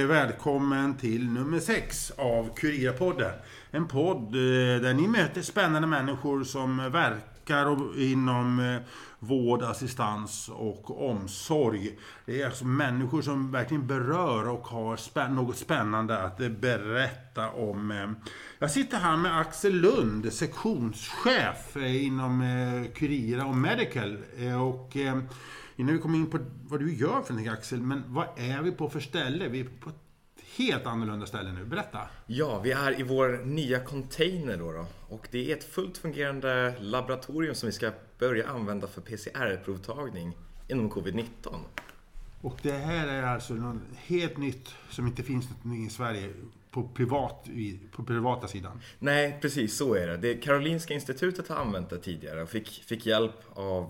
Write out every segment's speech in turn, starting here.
välkommen till nummer 6 av Kurirapodden. En podd där ni möter spännande människor som verkar inom vård, assistans och omsorg. Det är alltså människor som verkligen berör och har något spännande att berätta om. Jag sitter här med Axel Lund, sektionschef inom Kurira och Medical. Och innan vi kommer in på vad du gör för någonting, Axel, men vad är vi på för ställe? Vi är på ett helt annorlunda ställe nu. Berätta. Ja, vi är i vår nya container då. Och det är ett fullt fungerande laboratorium som vi ska börja använda för PCR-provtagning inom covid-19. Och det här är alltså något helt nytt som inte finns något i Sverige på privata sidan. Nej, precis så är det. Det Karolinska institutet har använt det tidigare och fick hjälp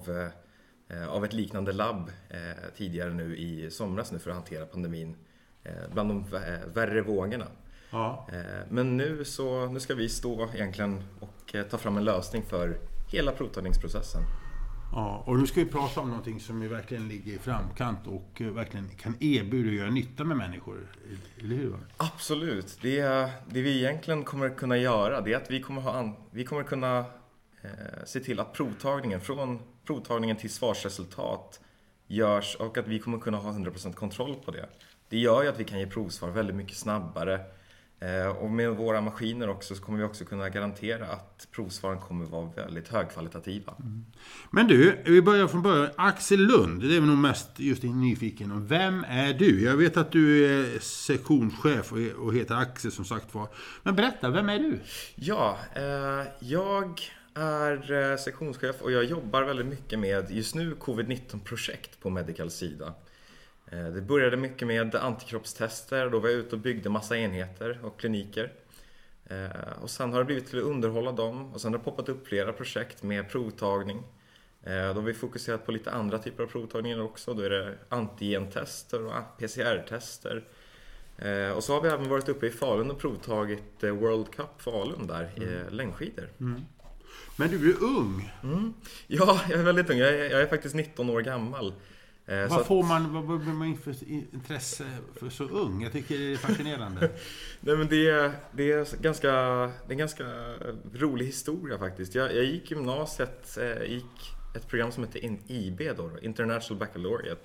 av ett liknande labb tidigare nu i somras för att hantera pandemin bland de värre vågorna. Ja. Men nu ska vi stå egentligen och ta fram en lösning för hela provtagningsprocessen. Ja, och nu ska vi prata om någonting som verkligen ligger i framkant och verkligen kan erbjuda och göra nytta med människor, eller hur? Absolut. Det vi egentligen kommer kunna göra, det är att vi kommer kunna se till att provtagningen från provtagningen till svarsresultat görs och att vi kommer kunna ha 100% kontroll på det. Det gör ju att vi kan ge provsvar väldigt mycket snabbare. Och med våra maskiner också så kommer vi också kunna garantera att provsvaren kommer vara väldigt högkvalitativa. Mm. Men du, vi börjar från början. Axel Lund, det är nog mest just nyfiken om. Vem är du? Jag vet att du är sektionschef och heter Axel som sagt var. Men berätta, vem är du? Ja, jag är sektionschef och jag jobbar väldigt mycket med just nu covid-19-projekt på Medicals sida. Det började mycket med antikroppstester. Då var jag ute och byggde massa enheter och kliniker. Och sen har det blivit till att underhålla dem. Och sen har det poppat upp flera projekt med provtagning. Då har vi fokuserat på lite andra typer av provtagningar också. Då är det antigentester och PCR-tester. Och så har vi även varit uppe i Falun och provtagit World Cup Falun där i längdskidor. Mm. Men du är ung. Mm. Ja, jag är väldigt ung. Jag är faktiskt 19 år gammal. Vad får man för intresse för så ung? Jag tycker det är fascinerande. Nej, men det är en ganska rolig historia faktiskt. Jag gick gymnasiet, gick ett program som heter IB då, International Baccalaureate.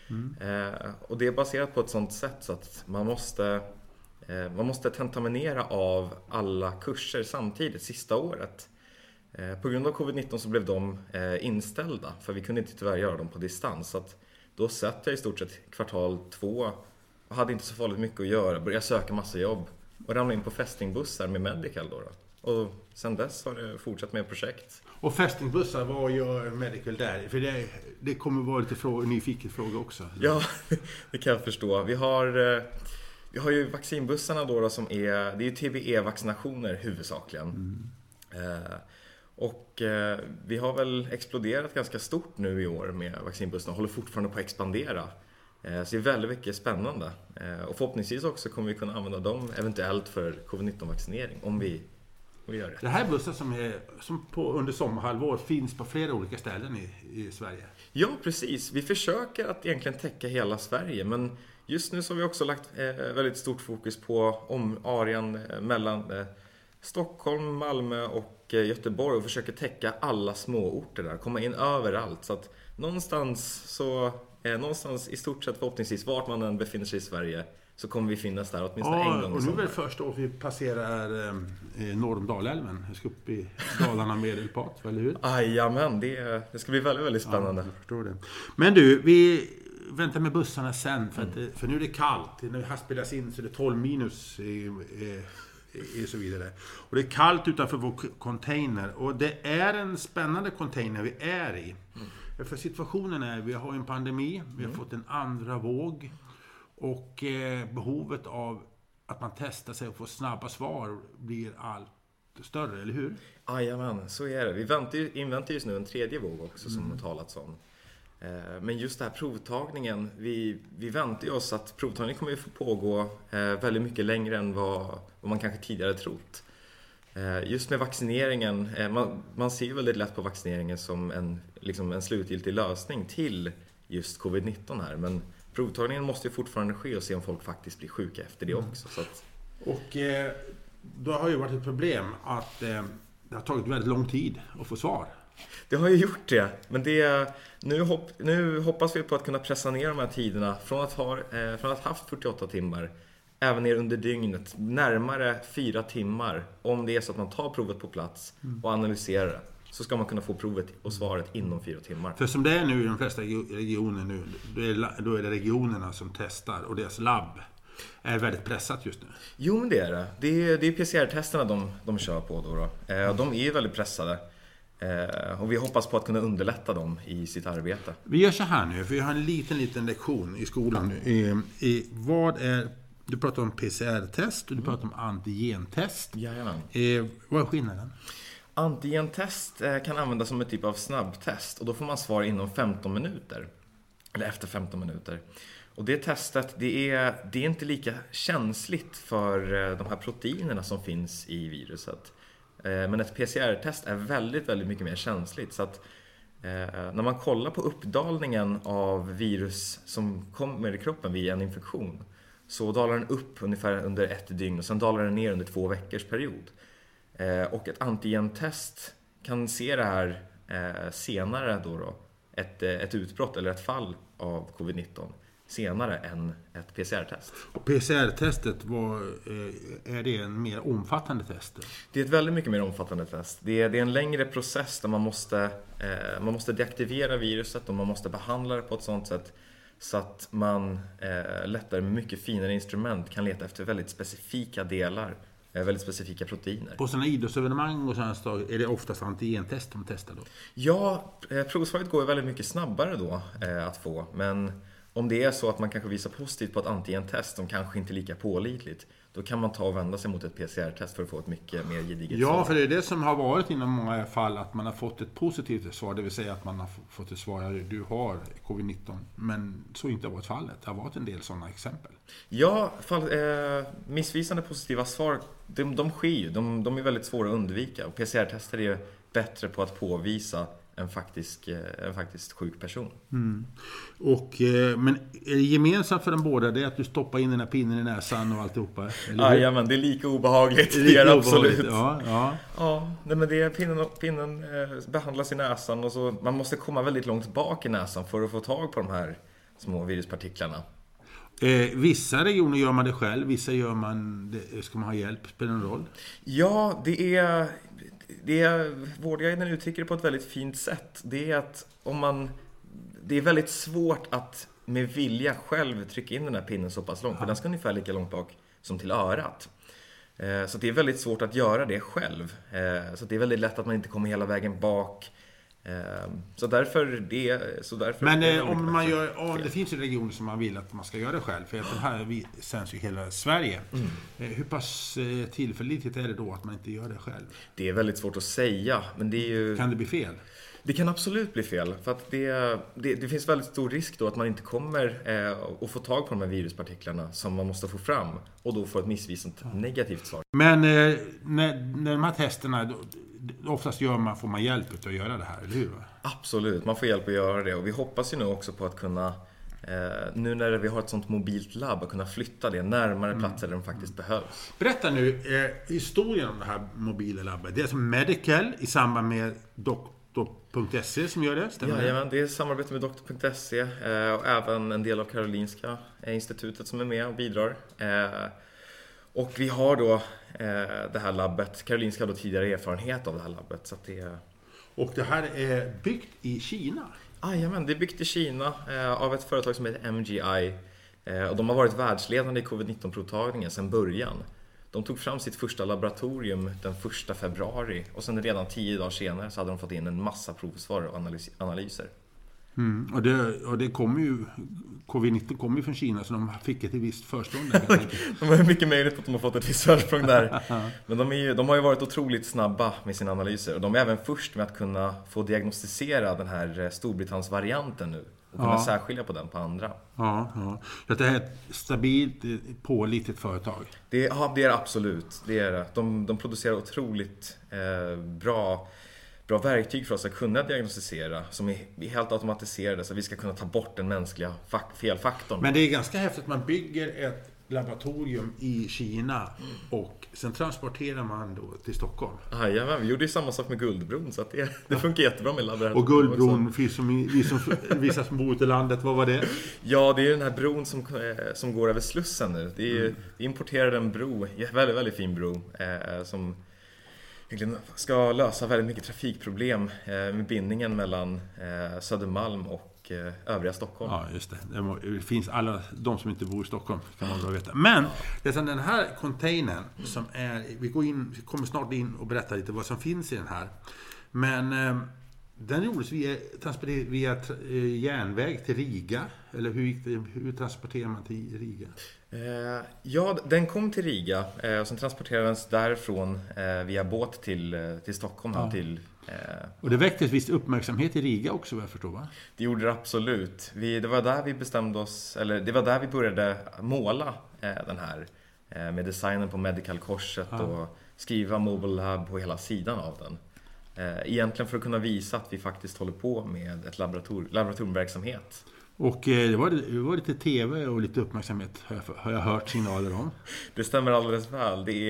Och det är baserat på ett sånt sätt så att man måste tentaminera av alla kurser samtidigt sista året. På grund av covid-19 så blev de inställda för vi kunde inte tyvärr göra dem på distans. Så att då satt jag i stort sett kvartal 2 och hade inte så farligt mycket att göra. Började söka massa jobb och ramlade in på fästingbussar med Medical då. Och sen dess har det fortsatt med projekt. Och fästingbussar, vad gör Medical där? För det kommer vara lite nyfiken fråga också. Ja, det kan jag förstå. Vi har ju vaccinbussarna då som det är ju TBE-vaccinationer huvudsakligen. Och vi har väl exploderat ganska stort nu i år med vaccinbussarna och håller fortfarande på att expandera. Så det är väldigt mycket spännande. Och förhoppningsvis också kommer vi kunna använda dem eventuellt för covid-19-vaccinering om vi gör det. Det här är bussar som under sommarhalvår finns på flera olika ställen i Sverige. Ja, precis. Vi försöker att egentligen täcka hela Sverige, men just nu så har vi också lagt väldigt stort fokus på arean mellan Stockholm, Malmö och Göteborg och försöker täcka alla små orter där, komma in överallt så att någonstans i stort sett förhoppningsvis vart man än befinner sig i Sverige så kommer vi finnas där åtminstone en gång. Och nu är det först då vi passerar norr om Dalälven. Vi ska upp i Dalarna Medelpad, eller hur? Jajamän, det ska bli väldigt, väldigt spännande. Ja, jag förstår det. Men du, vi väntar med bussarna sen för nu är det kallt. När vi spelas in så är det 12 minus så vidare. Och det är kallt utanför vår container. Och det är en spännande container vi är i. För situationen är, vi har en pandemi, vi har fått en andra våg. Och behovet av att man testar sig och får snabba svar blir allt större, eller hur? Jajamän, så är det. Vi inväntar just nu en tredje våg också som har talats om. Men just det här provtagningen, vi väntar ju oss att provtagningen kommer att få pågå väldigt mycket längre än vad man kanske tidigare trott. Just med vaccineringen, man ser väldigt lätt på vaccineringen som en slutgiltig lösning till just covid-19 här. Men provtagningen måste ju fortfarande ske och se om folk faktiskt blir sjuka efter det också. Så att... Och då har ju varit ett problem att det har tagit väldigt lång tid att få svar. Det har ju gjort det, men nu hoppas vi på att kunna pressa ner de här tiderna från att ha haft 48 timmar även ner under dygnet, närmare 4 timmar. Om det är så att man tar provet på plats och analyserar det, så ska man kunna få provet och svaret inom 4 timmar. För som det är nu i de flesta regioner nu, då är det regionerna som testar och deras labb är väldigt pressat just nu. Jo, men det är det. Det är PCR-testerna de kör på då. De är ju väldigt pressade. Och vi hoppas på att kunna underlätta dem i sitt arbete. Vi gör så här nu, för vi har en liten lektion i skolan nu. Du pratar om PCR-test och du pratar om antigentest. Jajamän. Vad är skillnaden? Antigentest kan användas som ett typ av snabbtest och då får man svar inom 15 minuter. Eller efter 15 minuter. Och det testet, det är inte lika känsligt för de här proteinerna som finns i viruset. Men ett PCR-test är väldigt, väldigt mycket mer känsligt. Så att när man kollar på uppdalningen av virus som kommer i kroppen via en infektion, så dalar den upp ungefär under 1 dygn och sen dalar den ner under 2 veckors period. Och ett antigentest kan se det här senare då ett utbrott eller ett fall av covid-19 senare än ett PCR-test. Och PCR-testet, är det en mer omfattande test? Det är ett väldigt mycket mer omfattande test. Det är en längre process där man måste deaktivera viruset och man måste behandla det på ett sådant sätt så att man lättare med mycket finare instrument kan leta efter väldigt specifika delar, väldigt specifika proteiner. På sådana idrottsevenemang och sådana är det oftast antigentest de testar då? Ja, provsvaret går väldigt mycket snabbare då att få, men om det är så att man kanske visar positivt på ett antigentest som kanske inte är lika pålitligt, då kan man ta och vända sig mot ett PCR-test för att få ett mycket mer gediget svar. Ja, för det är det som har varit inom många fall, att man har fått ett positivt svar, det vill säga att man har fått ett svar att du har covid-19, men så inte har varit fallet. Det har varit en del sådana exempel. Ja, missvisande positiva svar, de sker ju. De är väldigt svåra att undvika och PCR-tester är bättre på att påvisa en faktiskt sjuk person. Men är det gemensamt för de båda det att du stoppar in den här pinnen i näsan och alltihopa? Ja, men det är lika obehagligt. Det är det absolut. Ja, nej, men pinnen behandlas i näsan och så man måste komma väldigt långt bak i näsan för att få tag på de här små viruspartiklarna. Vissa regioner gör man det själv, vissa gör man det, ska man ha hjälp, spelar en roll? Ja, vårdguiden uttrycker det på ett väldigt fint sätt. Det är att det är väldigt svårt att med vilja själv trycka in den här pinnen så pass långt, för den ska ungefär lika långt bak som till örat. Så det är väldigt svårt att göra det själv. Så det är väldigt lätt att man inte kommer hela vägen bak. Så därför Men om man gör, det finns ju regioner som man vill att man ska göra det själv, för att den här sänds ju hela Sverige. Hur pass tillförlitligt är det då att man inte gör det själv? Det är väldigt svårt att säga, men det är ju... Kan det bli fel? Det kan absolut bli fel, för att det finns väldigt stor risk då att man inte kommer att få tag på de här viruspartiklarna som man måste få fram och då får ett missvisande negativt svar. Men när de här testerna, oftast får man hjälp att göra det här, eller hur? Absolut, man får hjälp att göra det och vi hoppas ju nu också på att kunna, nu när vi har ett sånt mobilt labb, att kunna flytta det närmare platser där de faktiskt behövs. Berätta nu historien om det här mobila labbet. Det är som Medical i samband med Doktor.se som gör det, stämmer det? Ja, det är samarbete med Doktor.se och även en del av Karolinska institutet som är med och bidrar. Och vi har då det här labbet. Karolinska har då tidigare erfarenhet av det här labbet. Så att Och det här är byggt i Kina? Jajamän, det är byggt i Kina av ett företag som heter MGI. Och de har varit världsledande i covid-19-provtagningen sedan början. De tog fram sitt första laboratorium den 1 februari och sen redan 10 dagar senare så hade de fått in en massa provsvar och analyser. Och det kommer ju, covid-19 kommer ju från Kina, så de fick ett visst försprång där. De har mycket möjligt att de har fått ett visst försprång där. Men de har ju varit otroligt snabba med sina analyser och de är även först med att kunna få diagnostisera den här Storbritanniens-varianten nu och kunna särskilja på den på andra. Ja. Det här är ett stabilt, pålitligt företag. Det är absolut. Det är det. De producerar otroligt bra bra verktyg för oss att kunna diagnostisera som är helt automatiserade så att vi ska kunna ta bort den mänskliga felfaktorn. Men det är ganska häftigt att man bygger ett laboratorium i Kina och sen transporterar man då till Stockholm. Ja, vi gjorde ju samma sak med Guldbron så att det funkar jättebra med laboratorium. Och Guldbron, vissa som bor ute i landet, vad var det? Ja, det är den här bron som går över Slussen nu. Vi importerade en bro, väldigt, väldigt fin bro som egentligen ska lösa väldigt mycket trafikproblem med bindningen mellan Södermalm och övriga Stockholm. Ja, just det. Det finns alla de som inte bor i Stockholm, kan man bra veta. Men det är som den här containern som är, vi kommer snart in och berätta lite vad som finns i den här. Men den gjordes via järnväg till Riga. Eller hur transporterar man till Riga? Ja, den kom till Riga och sen transporterades därifrån via båt till Stockholm. Ja. Och det väcktes viss uppmärksamhet i Riga också, vad jag förstår, va? Det gjorde det absolut. Det var där vi bestämde oss, eller det var där vi började måla den här med designen på Medical-korset och skriva Mobile Lab på hela sidan av den. Egentligen för att kunna visa att vi faktiskt håller på med ett laboratoriumverksamhet. Och det var lite tv och lite uppmärksamhet har jag hört signaler om. Det stämmer alldeles väl. Det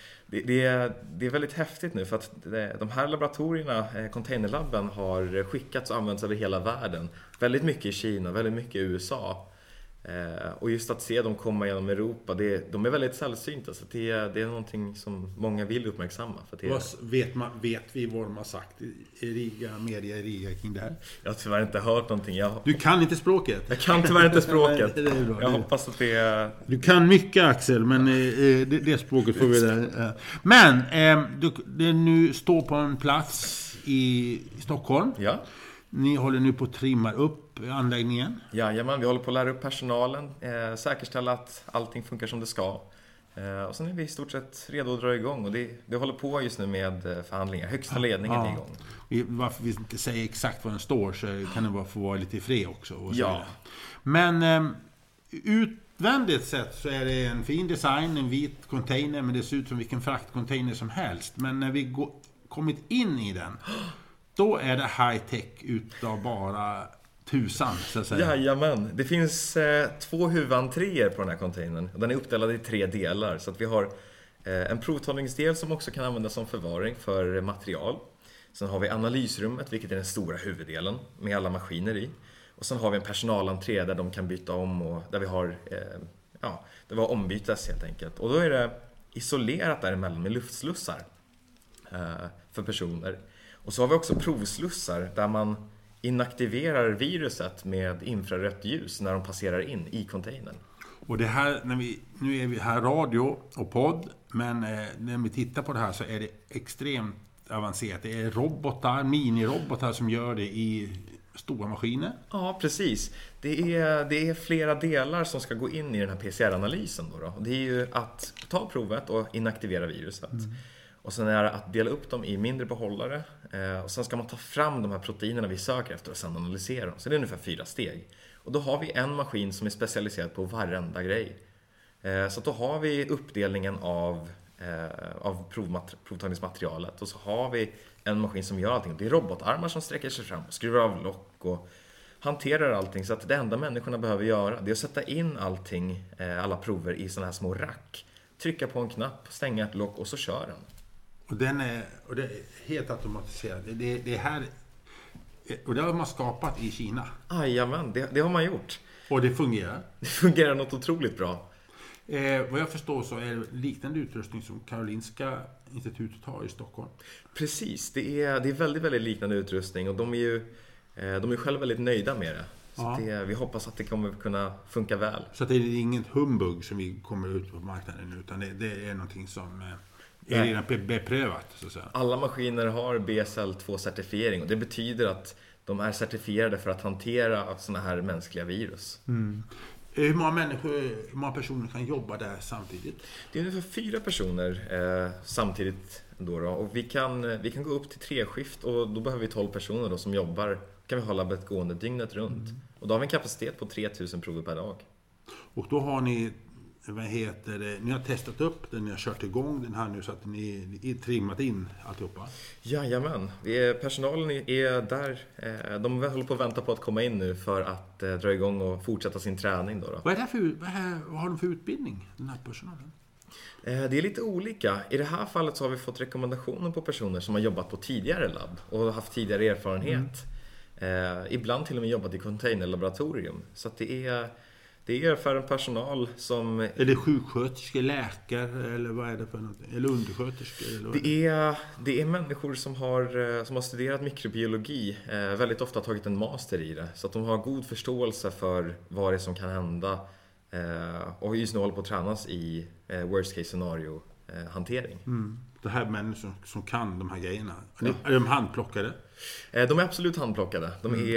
är väldigt häftigt nu för att de här laboratorierna, containerlabben, har skickats och använts över hela världen. Väldigt mycket i Kina, väldigt mycket i USA. Och just att se dem komma genom Europa, de är väldigt sällsynta, så det är någonting som många vill uppmärksamma. Vet vi vad de har sagt i Riga, media i Riga kring det här? Jag har tyvärr inte hört någonting. Du kan inte språket? Jag kan tyvärr inte språket. Det är bra. Jag hoppas att det är... Du kan mycket, Axel, men det språket får vi där. Men det nu står på en plats i Stockholm. Ja. Ni håller nu på att trimma upp anläggningen. Jajamän, vi håller på att lära upp personalen, säkerställa att allting funkar som det ska. Och sen är vi i stort sett redo att dra igång. Och det håller på just nu med förhandlingar. Högsta ledningen är igång. Varför vi inte säger exakt vad den står, så kan det bara få vara lite i fred också. Och ja. Men utvändigt sett så är det en fin design, en vit container, men det ser ut som vilken fraktcontainer som helst. Men när vi kommit in i den, då är det high-tech utav bara tusan, så att säga. Jajamän. Det finns 2 huvudentréer på den här containern. Den är uppdelad i 3 delar. Så att vi har en provtagningsdel som också kan användas som förvaring för material. Sen har vi analysrummet, vilket är den stora huvuddelen med alla maskiner i. Och sen har vi en personalentré där de kan byta om och där vi har ombytas helt enkelt. Och då är det isolerat däremellan med luftslussar för personer. Och så har vi också provslussar där man inaktiverar viruset med infrarött ljus när de passerar in i containern. Och det här, nu är vi här radio och podd, men när vi tittar på det här så är det extremt avancerat. Det är robotar, minirobotar som gör det i stora maskiner. Ja, precis. Det är flera delar som ska gå in i den här PCR-analysen då. Det är ju att ta provet och inaktivera viruset. Och sen är det att dela upp dem i mindre behållare. Och sen ska man ta fram de här proteinerna vi söker efter och sen analysera dem. Så det är ungefär 4 steg. Och då har vi en maskin som är specialiserad på varenda grej. Så då har vi uppdelningen av provtagningsmaterialet. Och så har vi en maskin som gör allting. Det är robotarmar som sträcker sig fram och skruvar av lock och hanterar allting. Så att det enda människorna behöver göra, det är att sätta in allting, alla prover i sådana här små rack. Trycka på en knapp, stänga ett lock och så kör den. Och det är helt automatiserat. Det här, och det har man skapat i Kina. Jajamän, det har man gjort. Och det fungerar? Det fungerar något otroligt bra. Vad jag förstår så är det liknande utrustning som Karolinska institutet har i Stockholm. Precis, det är väldigt, väldigt liknande utrustning och de är själva väldigt nöjda med det. Så vi hoppas att det kommer kunna funka väl. Så att det är inget humbug som vi kommer ut på marknaden nu, utan det är någonting som är redan beprövat, så att säga. Alla maskiner har BSL-2-certifiering och det betyder att de är certifierade för att hantera såna här mänskliga virus. Hur många personer kan jobba där samtidigt? Det är ungefär 4 personer samtidigt då. Och vi kan gå upp till 3 skift och då behöver vi 12 personer då som jobbar. Kan vi hålla labbet gående dygnet runt. Och då har vi en kapacitet på 3000 prover per dag. Och då har ni vad heter det, ni har testat upp den, ni har kört igång den här nu så att ni är trimmat in alltihopa? Jajamän, personalen är där. De håller på att vänta på att komma in nu för att dra igång och fortsätta sin träning. Då. Vad har de för utbildning, den här personalen? Det är lite olika. I det här fallet så har vi fått rekommendationer på personer som har jobbat på tidigare labb och haft tidigare erfarenhet. Ibland till och med jobbat i containerlaboratorium. Så att det är för en personal som... Är det sjuksköterskor, läkare eller vad är det för något? Eller undersköterskor? Eller det är människor som har studerat mikrobiologi, väldigt ofta tagit en master i det. Så att de har god förståelse för vad det är som kan hända och just nu håller på att tränas i worst case scenario hantering. Det här människor som kan de här grejerna. Är de handplockade? De är absolut handplockade.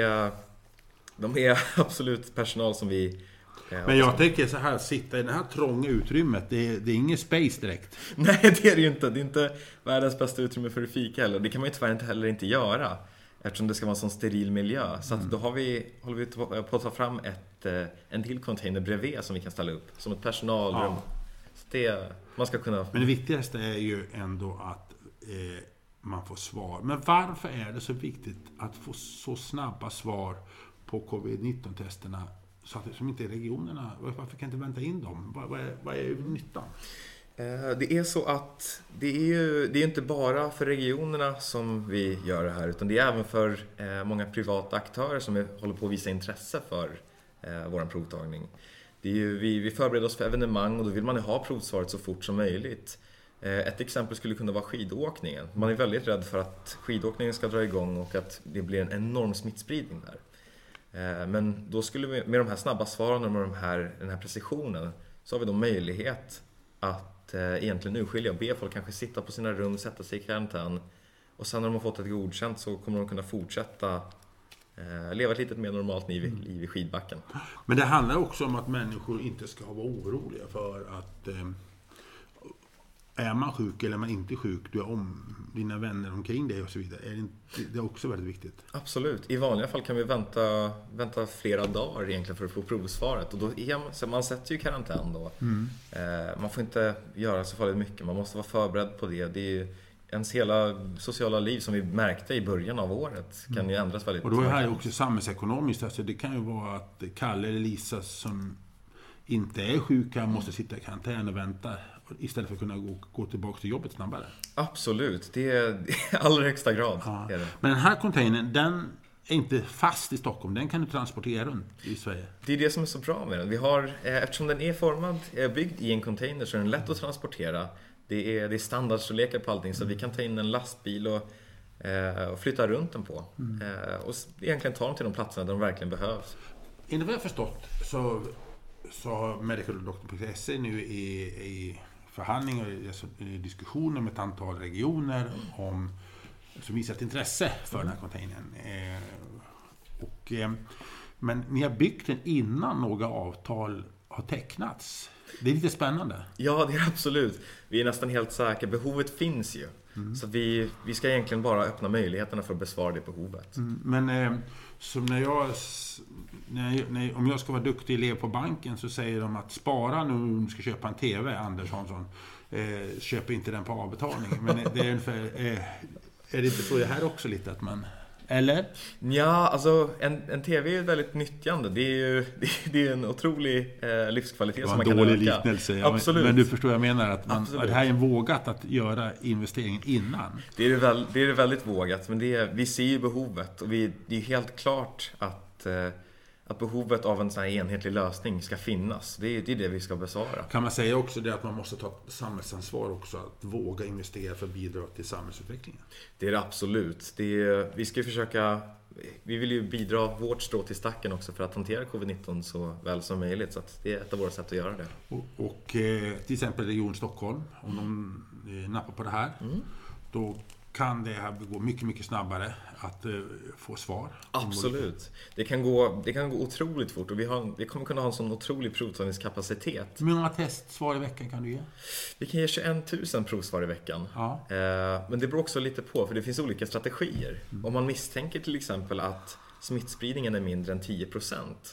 De är absolut personal som vi... Men jag tänker så här, sitta i det här trånga utrymmet, det är ingen space direkt. Nej, det är det ju inte. Det är inte världens bästa utrymme för att fika heller. Det kan man ju tyvärr heller inte göra, eftersom det ska vara en sån steril miljö. Så att då håller vi på att ta fram en till container bredvid som vi kan ställa upp som ett personalrum. Så man ska kunna... Men det viktigaste är ju ändå att man får svar. Men varför är det så viktigt att få så snabba svar på covid-19-testerna så att som inte är regionerna? Varför kan inte vänta in dem? Vad är nyttan? Det är så att det är inte bara för regionerna som vi gör det här, utan det är även för många privata aktörer som håller på att visa intresse för vår provtagning. Det är ju, vi förbereder oss för evenemang och då vill man ju ha provsvaret så fort som möjligt. Ett exempel skulle kunna vara skidåkningen. Man är väldigt rädd för att skidåkningen ska dra igång och att det blir en enorm smittspridning där. Men då skulle vi med de här snabba svaren och med den här precisionen så har vi då möjlighet att egentligen urskilja och be folk kanske sitta på sina rum, sätta sig i karantän och sen när de har fått ett godkänt så kommer de kunna fortsätta leva ett litet mer normalt liv i skidbacken. Men det handlar också om att människor inte ska vara oroliga för att är man sjuk eller är man inte sjuk, du är om dina vänner omkring dig och så vidare. Det är också väldigt viktigt. Absolut. I vanliga fall kan vi vänta flera dagar egentligen för att få provsvaret. Och då man sätter ju karantän då. Man får inte göra så farligt mycket. Man måste vara förberedd på det. Det är ju ens hela sociala liv som vi märkte i början av året kan ju ändras väldigt. Och då är det här också samhällsekonomiskt. Alltså det kan ju vara att Kalle eller Lisa som inte är sjuka måste sitta i karantän och vänta istället för att kunna gå tillbaka till jobbet snabbare. Absolut, det är i allra högsta grad. Ja. Är det. Men den här containern, den är inte fast i Stockholm, den kan du transportera runt i Sverige. Det är det som är så bra med den. Vi har, eftersom den är byggd i en container så är den lätt att transportera. Det är standardstorlekar på allting så vi kan ta in en lastbil och flytta runt den på. Och egentligen ta dem till de platserna där de verkligen behövs. Enligt vad jag förstått så har medicaldoctor.se nu i förhandlingar och diskussioner med ett antal regioner som visar ett intresse för den här containern. Men ni har byggt den innan några avtal har tecknats. Det är lite spännande. Ja, det är absolut. Vi är nästan helt säkra. Behovet finns ju. Så vi ska egentligen bara öppna möjligheterna för att besvara det behovet. Men som om jag ska vara duktig elev på banken så säger de att spara nu om du ska köpa en TV, Anders Hansson. Köp inte den på avbetalning. Men det är ungefär, är det inte så det här också lite att man... Eller? Ja, alltså en TV är ett väldigt nyttjande. Det är en otrolig livskvalitet som man kan öka. Det var en dålig liknelse. Ja, absolut. Men du förstår vad jag menar. Att det här är vågat att göra investeringen innan. Det är väldigt vågat. Men vi ser ju behovet. Och det är helt klart att behovet av en sån här enhetlig lösning ska finnas. Det är det vi ska besvara. Kan man säga också det att man måste ta samhällsansvar också, att våga investera för att bidra till samhällsutvecklingen? Det är det absolut. Vi ska försöka, vi vill ju bidra vårt strå till stacken också för att hantera covid-19 så väl som möjligt. Så att det är ett av våra sätt att göra det. Och till exempel Region Stockholm, om de nappar på det här, då kan det här gå mycket, mycket snabbare att få svar. Absolut. Det kan gå otroligt fort och vi kommer kunna ha en sån otrolig provtagningskapacitet. Hur många testsvar i veckan kan du ge? Vi kan ge 21 000 provsvar i veckan. Ja. Men det beror också lite på, för det finns olika strategier. Om man misstänker till exempel att smittspridningen är mindre än 10%,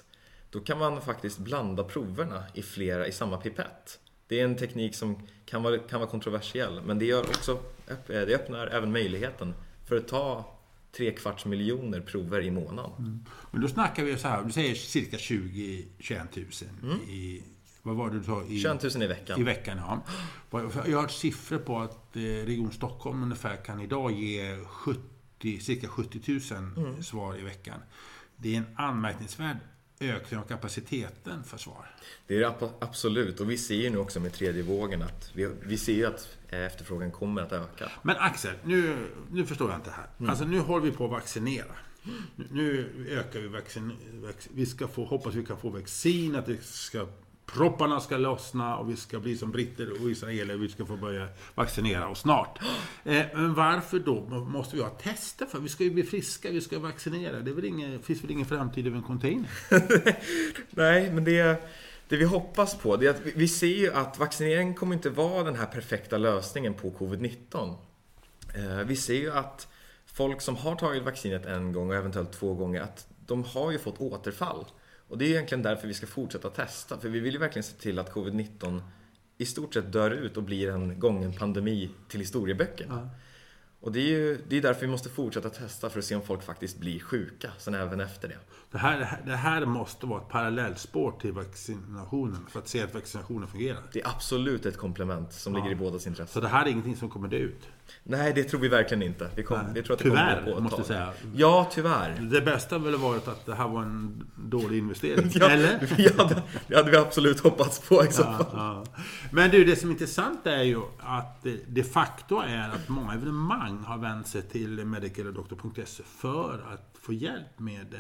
då kan man faktiskt blanda proverna i samma pipett. Det är en teknik som kan vara kontroversiell, men det öppnar även möjligheten för att ta 3/4 miljoner prover i månaden. Men då snackar vi så här, du säger cirka 20-21 000 i, vad var det du sa? 21 000 i veckan. I veckan, ja. Jag har hört siffror på att Region Stockholm ungefär kan idag ge cirka 70 000 svar i veckan. Det är en anmärkningsvärd ökning av kapaciteten för svar. Det är absolut, och vi ser ju nu också med tredje vågen att vi ser ju att efterfrågan kommer att öka. Men Axel, nu förstår jag inte här. Alltså nu håller vi på att vaccinera. Nu ökar vi hoppas vi kan få vaccin, att propparna ska lossna och vi ska bli som britter och israeler, vi ska få börja vaccinera oss snart. Men varför då måste vi ha tester för? Vi ska ju bli friska, vi ska vaccinera. Finns väl ingen framtid över en container? Nej, men det vi hoppas på, det är att vi ser ju att vaccinering kommer inte vara den här perfekta lösningen på covid-19. Vi ser ju att folk som har tagit vaccinet en gång och eventuellt 2 gånger, att de har ju fått återfall. Och det är egentligen därför vi ska fortsätta testa. För vi vill ju verkligen se till att covid-19 i stort sett dör ut och blir en gången pandemi till historieböckerna. Ja. Och det är därför vi måste fortsätta testa för att se om folk faktiskt blir sjuka sen även efter det. Det här måste vara ett parallellspår till vaccinationen för att se att vaccinationen fungerar. Det är absolut ett komplement som ligger i bådas intresse. Så det här är ingenting som kommer dö ut? Nej, det tror vi verkligen inte. Vi tror att det tyvärr, kommer måste jag säga. Ja, tyvärr. Det bästa väl ha varit att det här var en dålig investering, ja, eller? Ja, det hade vi absolut hoppats på. Ja. Men du, det som är intressant är ju att de facto är att många evenemang har vänt sig till medicaladoctor.se för att få hjälp med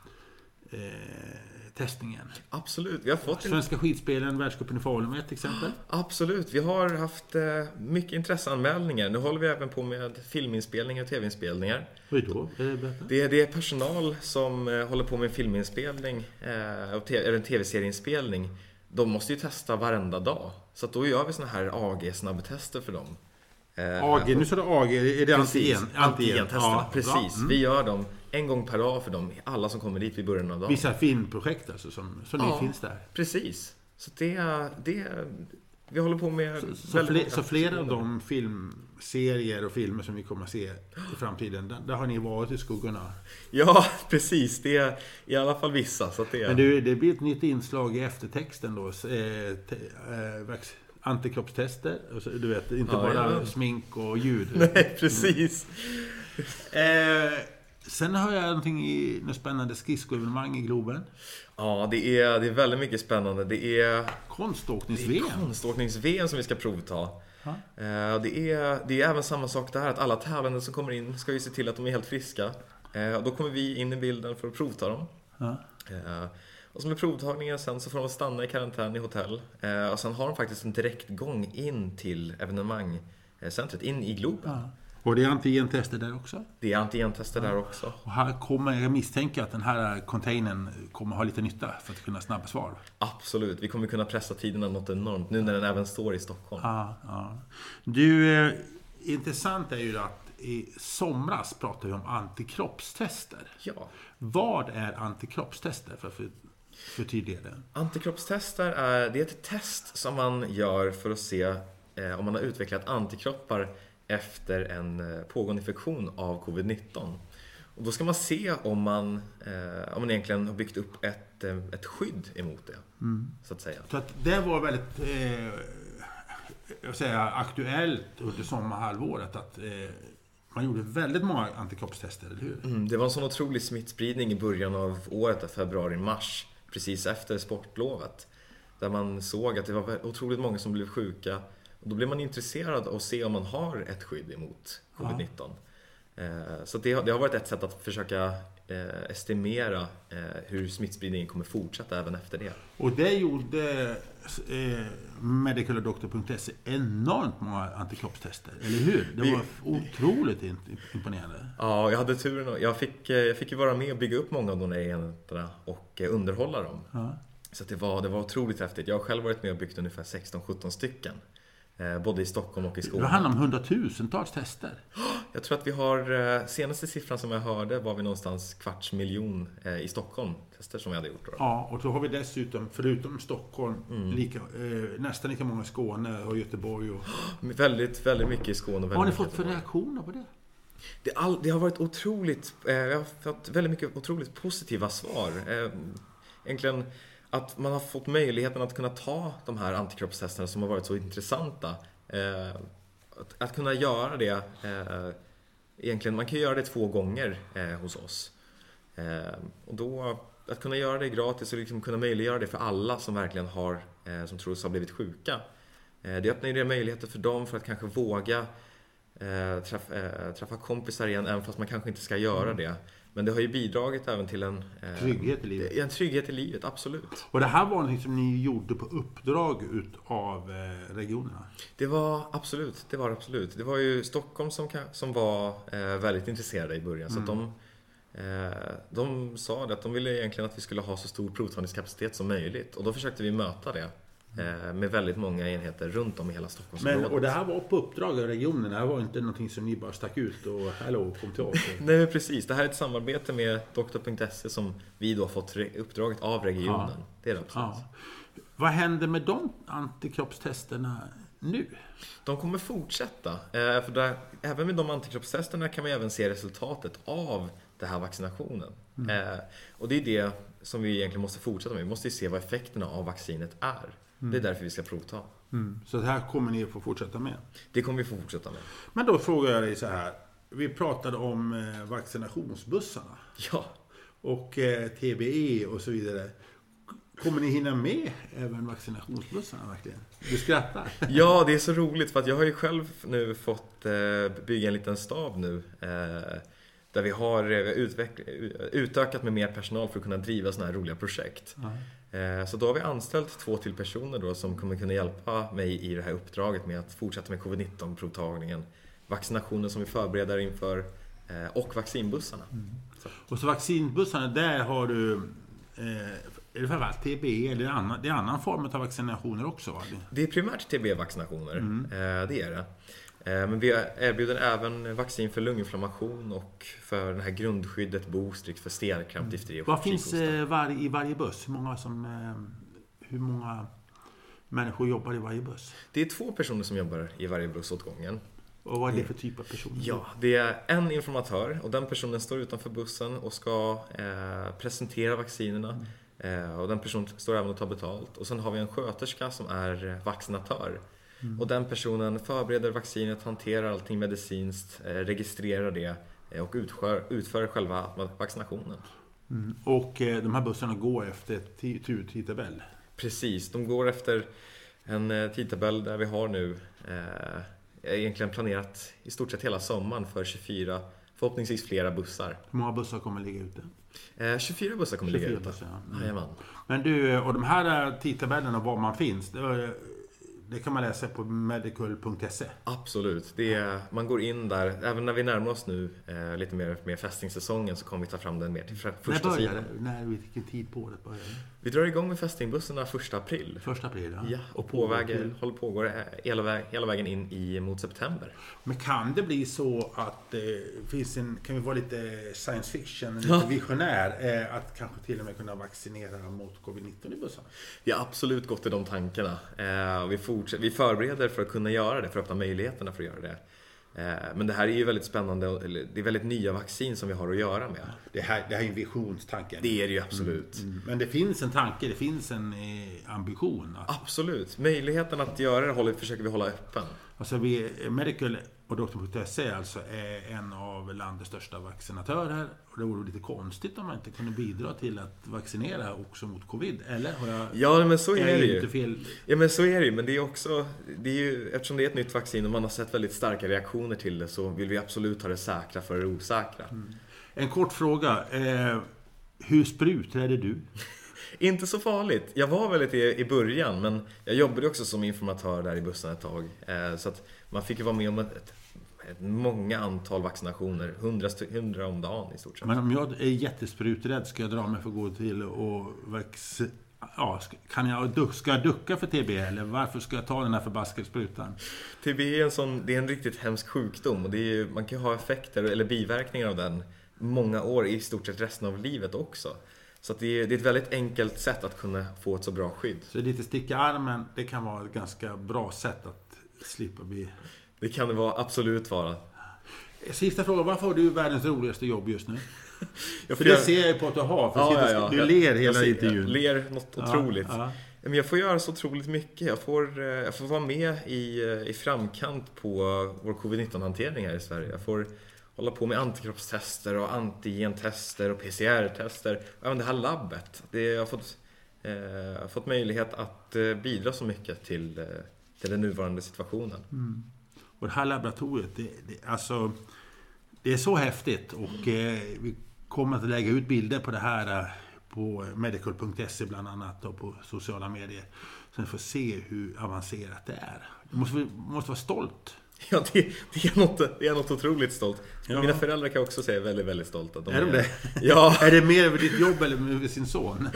testningen. Absolut. Vi har fått Svenska skidspelen, världscupen i Falun är ett exempel. Absolut. Vi har haft mycket intresseanmälningar. Nu håller vi även på med filminspelningar och tv-inspelningar. Vad är då? Det är personal som håller på med filminspelning eller en tv-serieinspelning. De måste ju testa varenda dag. Så att då gör vi såna här AG-snabbtester för dem. AG, nu sa du AG, är det antigen-testerna? Ja, precis. Vi gör dem en gång per dag för dem, alla som kommer dit vid början av dagen. Vissa filmprojekt alltså som ni finns där. Precis. Så det vi håller på med. Så flera av de filmserier och filmer som vi kommer att se i framtiden, där har ni varit i skuggorna. Ja, precis. Det är i alla fall vissa. Så att Men det blir ett nytt inslag i eftertexten då. Antikroppstester, du vet, inte bara smink och ljud. Nej, precis. Sen har jag någonting i något spännande skridskoevenemang i Globen. Ja, det är väldigt mycket spännande. Det är konståknings-VM som vi ska provta. Det är även samma sak där, att alla tävlande som kommer in ska ju se till att de är helt friska. Då kommer vi in i bilden för att provta dem. Och som är provtagningen sen så får de stanna i karantän i hotell. Och sen har de faktiskt en direkt gång in till evenemangcentret, in i Globen. Och det är antigentester där också? Det är antigentester där också. Och här kommer jag misstänka att den här containern kommer ha lite nytta för att kunna snabba svar. Absolut, vi kommer kunna pressa tiderna något enormt nu när den även står i Stockholm. Du, intressant är ju att i somras pratade vi om antikroppstester. Ja. Vad är antikroppstester för tydligare? Antikroppstester det är ett test som man gör för att se om man har utvecklat antikroppar efter en pågående infektion av covid-19. Och då ska man se om man egentligen har byggt upp ett skydd emot det, så att säga. Så att det var väldigt aktuellt under sommarhalvåret att man gjorde väldigt många antikroppstester, eller hur? Det var en sån otrolig smittspridning i början av året, februari-mars, precis efter sportlovet, där man såg att det var otroligt många som blev sjuka. Och då blir man intresserad av att se om man har ett skydd emot covid-19. Så det har varit ett sätt att försöka estimera hur smittspridningen kommer fortsätta även efter det. Och det gjorde medicaladoctor.se enormt många antikroppstester, eller hur? Det var otroligt imponerande. Ja, jag hade turen. Jag fick ju vara med och bygga upp många av de här enheterna och underhålla dem. Så det var otroligt häftigt. Jag har själv varit med och byggt ungefär 16-17 stycken. Både i Stockholm och i Skåne. Det handlar om 100 000-tals tester. jag tror att vi har, senaste siffran som jag hörde var vi någonstans 250 000 i Stockholm, tester som vi hade gjort då. Ja, och så har vi dessutom, förutom Stockholm, nästan lika många i Skåne och Göteborg. Och... Väldigt, väldigt mycket i Skåne. Och vad har ni fått för reaktioner på det? Det har varit otroligt, jag har fått väldigt mycket otroligt positiva svar. Egentligen att man har fått möjligheten att kunna ta de här antikroppstesterna som har varit så intressanta. Att kunna göra det, egentligen, man kan göra det 2 gånger hos oss. Och då, att kunna göra det gratis och liksom kunna möjliggöra det för alla som verkligen har, som tror sig ha blivit sjuka. Det öppnar ju det möjligheter för dem för att kanske våga träffa kompisar igen, även fast man kanske inte ska göra det. Men det har ju bidragit även till en trygghet i livet. En trygghet i livet, absolut. Och det här var något som ni gjorde på uppdrag av regionerna? Det var absolut. Det var ju Stockholm som var väldigt intresserade i början. Så att de sa att de ville egentligen att vi skulle ha så stor provtagningskapacitet som möjligt. Och då försökte vi möta det. Med väldigt många enheter runt om i hela Stockholmsområdet. Och det här var på uppdrag av regionen. Det här var inte någonting som ni bara stack ut och kom till oss. Nej, precis. Det här är ett samarbete med Doktor.se som vi då fått uppdraget av regionen. Ja. Det är det absolut. Ja. Vad händer med de antikroppstesterna nu? De kommer fortsätta. För även med de antikroppstesterna kan vi även se resultatet av den här vaccinationen. Och det är det som vi egentligen måste fortsätta med. Vi måste se vad effekterna av vaccinet är. Det är därför vi ska provta. Så det här kommer ni få fortsätta med? Det kommer vi få fortsätta med. Men då frågar jag dig så här. Vi pratade om vaccinationsbussarna. Ja. Och TBE och så vidare. Kommer ni hinna med även vaccinationsbussarna verkligen? Du skrattar. Ja, det är så roligt för att jag har ju själv nu fått bygga en liten stab nu. Där vi har utökat med mer personal för att kunna driva såna här roliga projekt. Så då har vi anställt 2 till personer då som kommer kunna hjälpa mig i det här uppdraget med att fortsätta med covid-19-provtagningen, vaccinationen som vi förbereder inför och vaccinbussarna. Och så vaccinbussarna, där har du är det framförallt TB eller det är annan form av vaccinationer också? Va? Det är primärt TB-vaccinationer, det är det. Men vi erbjuder även vaccin för lunginflammation och för det här grundskyddet boost för stelkramp, difteri och vad finns i varje buss? Hur många människor jobbar i varje buss? Det är 2 personer som jobbar i varje buss åt gången. Och vad är det för typ av personer? Ja, det är en informatör och den personen står utanför bussen och ska presentera vaccinerna. Och den personen står även och tar betalt. Och sen har vi en sköterska som är vaccinatör. Och den personen förbereder vaccinet, hanterar allting medicinskt, registrerar det och utför själva vaccinationen. Och de här bussarna går efter tidtabell? Precis, de går efter en tidtabell där vi har nu egentligen planerat i stort sett hela sommaren för 24, förhoppningsvis flera bussar. Hur många bussar kommer ligga ute? 24 bussar kommer ligga ute. Bussar, ja. Men du, och de här tidtabellerna var man finns, det kan man läsa på medical.se. Absolut. Man går in där. Även när vi närmar oss nu lite mer med fästingsäsongen så kommer vi ta fram den mer till första sidan. Vilken tid på året börjar det? Vi drar igång med fästingbussarna 1 april. 1 april, ja. Ja, och pågår hela vägen in mot september. Men kan det bli så att kan vi vara lite science fiction, lite visionär, att kanske till och med kunna vaccinera mot covid-19 i bussarna? Vi har absolut gått i de tankarna. Vi förbereder för att kunna göra det, för att öppna möjligheterna för att göra det. Men det här är ju väldigt spännande. Det är väldigt nya vaccin som vi har att göra med. Det här är en visionstanke. Det är det ju absolut. Men det finns en tanke, det finns en ambition. Absolut. Möjligheten att göra det försöker vi hålla öppen. Alltså Medical och Doktor.se alltså är en av landets största vaccinatörer. Och det vore lite konstigt om man inte kunde bidra till att vaccinera också mot covid. Eller har jag... Ja, men så är det ju. Inte fel? Ja, men så är det ju. Men det är också... eftersom det är ett nytt vaccin och man har sett väldigt starka reaktioner till det, så vill vi absolut ha det säkra för det osäkra. En kort fråga. Hur spruträdde du? Inte så farligt. Jag var väldigt i början, men jag jobbade också som informatör där i bussen ett tag. Så att man fick ju vara med om ett många antal vaccinationer, 100 om dagen i stort sett. Men om jag är jättespruträdd, ska jag dra mig för att gå till och ja, ska jag ducka för TBE eller varför ska jag ta den här förbaskade sprutan? TBE är en riktigt hemsk sjukdom och man kan ha effekter eller biverkningar av den många år, i stort sett resten av livet också. Så att det är ett väldigt enkelt sätt att kunna få ett så bra skydd. Så lite sticka armen, det kan vara ett ganska bra sätt att slippa bli... Det kan det absolut vara. Sista frågan, varför har du världens roligaste jobb just nu? För det ser jag på att du har. För du ler hela intervjun. Jag ler något otroligt. Ja. Men jag får göra så otroligt mycket. Jag får vara med i framkant på vår covid-19-hantering här i Sverige. Jag får hålla på med antikroppstester och antigentester och PCR-tester. Och även det här labbet. Jag har fått möjlighet att bidra så mycket till den nuvarande situationen. Mm. Och det här laboratoriet, det är så häftigt. Och vi kommer att lägga ut bilder på det här på medical.se bland annat och på sociala medier. Så ni får se hur avancerat det är. Du måste vara stolt. Ja, det är något otroligt stolt. Ja. Mina föräldrar kan också säga väldigt, väldigt stolta. Är de det? Ja. Är det mer över ditt jobb eller över sin son?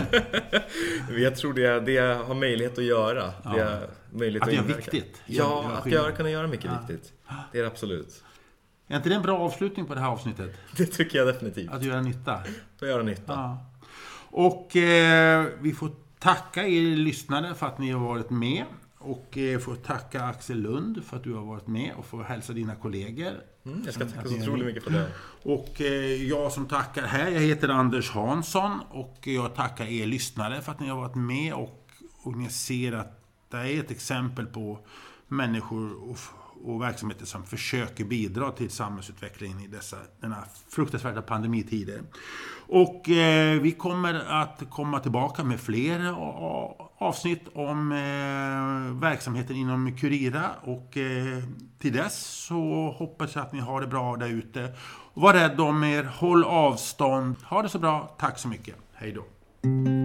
Jag tror det har möjlighet att göra. Ja. Det är möjlighet att det är viktigt. Ja, att kunna göra mycket viktigt. Det är det absolut. Är inte det en bra avslutning på det här avsnittet? Det tycker jag definitivt. Att göra nytta. Att göra nytta. Ja. Och vi får tacka er lyssnare för att ni har varit med. Och får tacka Axel Lund för att du har varit med och får hälsa dina kollegor. Jag ska tacka så otroligt mycket för det. Och jag som tackar här, jag heter Anders Hansson och jag tackar er lyssnare för att ni har varit med och ni ser att det är ett exempel på människor och verksamheter som försöker bidra till samhällsutvecklingen i denna fruktansvärda pandemitider. Och vi kommer att komma tillbaka med fler avsnitt om verksamheten inom Curira och till dess så hoppas jag att ni har det bra där ute. Var rädd om er, håll avstånd, ha det så bra, tack så mycket, hej då.